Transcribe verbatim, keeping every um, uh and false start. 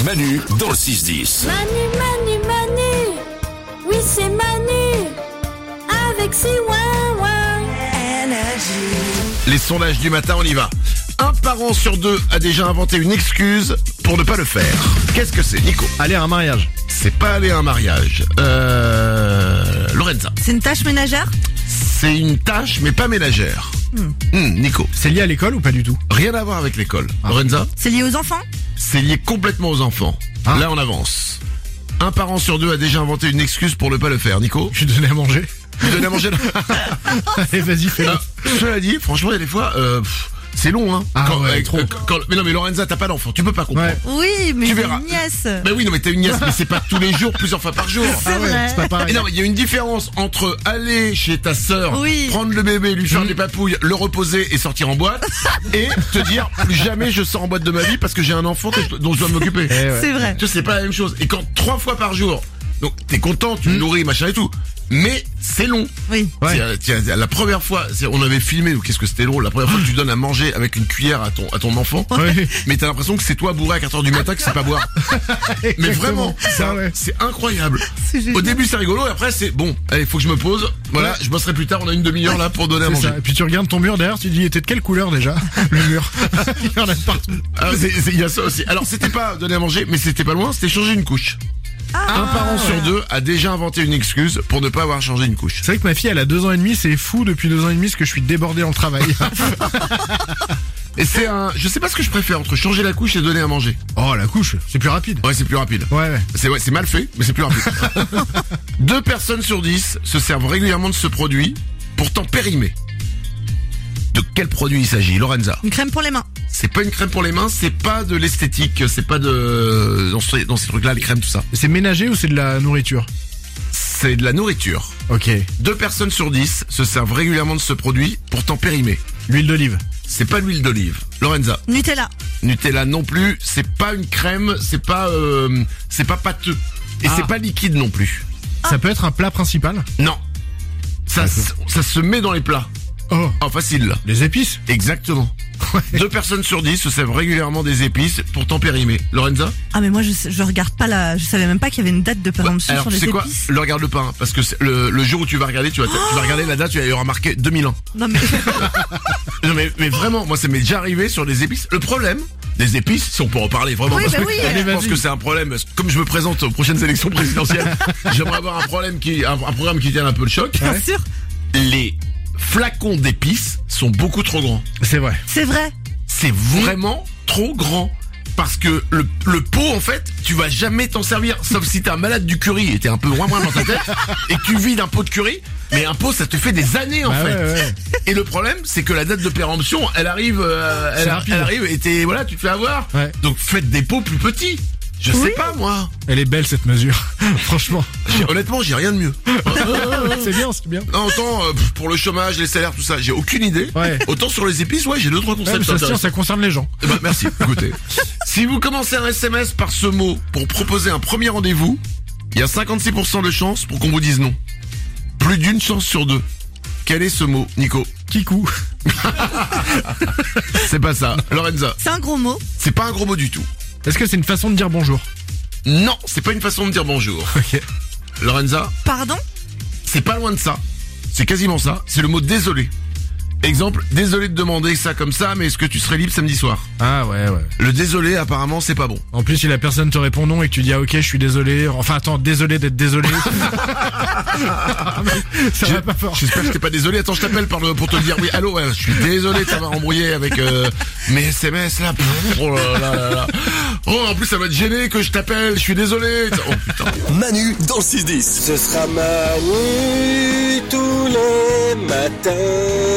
Manu dans le six dix. Manu, Manu, Manu, oui c'est Manu, avec ses ouin ouin. Les sondages du matin, on y va. Un parent sur deux a déjà inventé une excuse pour ne pas le faire. Qu'est-ce que c'est, Nico? Aller à un mariage. C'est pas aller à un mariage. Euh... Lorenza. C'est une tâche ménagère? C'est une tâche, mais pas ménagère. Hmm. Hmm, Nico. C'est lié à l'école ou pas du tout? Rien à voir avec l'école. Ah. Lorenza. C'est lié aux enfants? C'est lié complètement aux enfants. Ah. Là, on avance. Un parent sur deux a déjà inventé une excuse pour ne pas le faire. Nico. Je suis donné à manger. Tu donnes à manger. Allez, vas-y, fais-le. Ah, cela dit, franchement, il y a des fois, euh, pff, c'est long, hein. Ah Quand- ouais, avec- trop. euh, quand- mais non, mais Lorenza, t'as pas d'enfant, tu peux pas comprendre. Ouais. Oui, mais Tu j'ai verras. une nièce. Ben oui, non, mais t'as une nièce, mais c'est pas tous les jours, plusieurs fois par jour. C'est vrai. C'est pas Et pareil. non, mais il y a une différence entre aller chez ta sœur, Oui. prendre le bébé, lui Mmh. faire des papouilles, le reposer et sortir en boîte, et te dire plus jamais je sors en boîte de ma vie parce que j'ai un enfant que je- dont je dois m'occuper. Eh ouais. C'est vrai. Tu sais, c'est pas la même chose. Et quand trois fois par jour, donc t'es content, tu le nourris, machin et tout, mais c'est long. Oui. Mmh. Ouais. C'est- tiens, la première fois, c'est- on avait filmé, ou qu'est-ce que c'était drôle, la première fois que tu donnes à manger avec une cuillère à ton, à ton enfant, Ouais. mais t'as l'impression que c'est toi bourré à quatre heures du matin que c'est pas boire. Mais vraiment, c'est Ah ouais. c'est incroyable. C'est génial. Au début c'est rigolo et après c'est bon, allez, faut que je me pose. Voilà, Ouais. je bosserai plus tard, on a une demi-heure là pour donner à C'est manger. ça. Et puis tu regardes ton mur derrière, tu te dis, il était de quelle couleur déjà? Le mur. Il y en a de partout. Ah, c'est- c'est- il y a ça aussi. Alors c'était pas donner à manger, mais c'était pas loin, c'était changer une couche. Un parent sur deux a déjà inventé une excuse pour ne pas avoir changé une couche. C'est vrai que ma fille, elle a deux ans et demi, c'est fou depuis deux ans et demi ce que je suis débordé en travail. Et c'est un, je sais pas ce que je préfère entre changer la couche et donner à manger. Oh, la couche, c'est plus rapide. Ouais, c'est plus rapide. Ouais, ouais. C'est ouais, c'est mal fait, mais c'est plus rapide. Deux personnes sur dix se servent régulièrement de ce produit, pourtant périmé. De quel produit il s'agit, Lorenza? Une crème pour les mains. C'est pas une crème pour les mains, c'est pas de l'esthétique, c'est pas de dans, ce- dans ces trucs-là, les crèmes, tout ça. C'est ménager ou c'est de la nourriture? C'est de la nourriture. Ok. Deux personnes sur dix se servent régulièrement de ce produit, pourtant périmé. L'huile d'olive. C'est pas de l'huile d'olive. Lorenza. Nutella. Nutella non plus, c'est pas une crème, c'est pas euh, c'est pas pâteux. Et Ah. c'est pas liquide non plus. Ça peut être un plat principal? Non. Ça, s- ça se met dans les plats. Oh. Oh, facile là. Les épices? Exactement. Deux personnes sur dix se servent régulièrement des épices, pourtant périmées. Lorenza? Ah mais moi je, sais- je regarde pas la, je savais même pas qu'il y avait une date de péremption Alors sur tu les sais quoi? épices. Le regarde pas, hein, parce que c'est le, le jour où tu vas regarder, tu vas, tu vas regarder la date, tu vas y aura marqué deux mille ans. Non mais Non mais, mais vraiment, moi ça m'est déjà arrivé sur des épices. Le problème des épices, si on peut en parler vraiment, Oui, parce bah que oui. je Allez, pense vas-y. que c'est un problème. parce que Comme je me présente aux prochaines élections présidentielles, j'aimerais avoir un problème qui, un, un programme qui tienne un peu le choc. bien sûr, Les flacons d'épices sont beaucoup trop grands. C'est vrai. c'est vrai. C'est vraiment trop grand. Parce que le, le pot, en fait, tu vas jamais t'en servir. Sauf si t'es un malade du curry et t'es un peu moins moins dans ta tête. Et que tu vides un pot de curry. Mais un pot, ça te fait des années, en Bah fait. ouais, ouais. Et le problème, c'est que la date de péremption, elle arrive, euh, elle, C'est ar- rapide. elle arrive et t'es, voilà, tu te fais avoir. Ouais. Donc faites des pots plus petits. Je sais pas, moi. Elle est belle cette mesure. Franchement. J'ai- Honnêtement, j'ai rien de mieux. C'est bien, c'est bien. Non, autant euh, pff, pour le chômage, les salaires, tout ça, j'ai aucune idée. Ouais. Autant sur les épices, ouais, j'ai deux trois Ouais, concepts mais ça se tient, intéressants. ça concerne les gens. Eh ben, merci. Écoutez, si vous commencez un S M S par ce mot pour proposer un premier rendez-vous, il y a cinquante-six pour cent de chances pour qu'on vous dise non. Plus d'une chance sur deux. Quel est ce mot, Nico? Kikou. C'est pas ça. Lorenza, C'est un gros mot. c'est pas un gros mot du tout. Est-ce que c'est une façon de dire bonjour? Non, c'est pas une façon de dire bonjour. Ok. Lorenza, Pardon? c'est pas loin de ça. C'est quasiment ça. C'est le mot désolé. Exemple, désolé de demander ça comme ça, mais est-ce que tu serais libre samedi soir? Ah ouais, ouais. Le désolé, apparemment, c'est pas bon. En plus, si la personne te répond non et que tu dis ah ok, je suis désolé. Enfin attends, désolé d'être désolé. Ça va pas fort. J'espère que t'es pas désolé. Attends, je t'appelle par le- pour te dire oui. Allô, ouais, je suis désolé de t'avoir embrouillé avec euh, mes S M S là. Pff, oh là là là là. Oh, en plus, ça va te gêner que je t'appelle. Je suis désolé. Oh putain. Manu dans le six dix. Ce sera Manu tous les matins.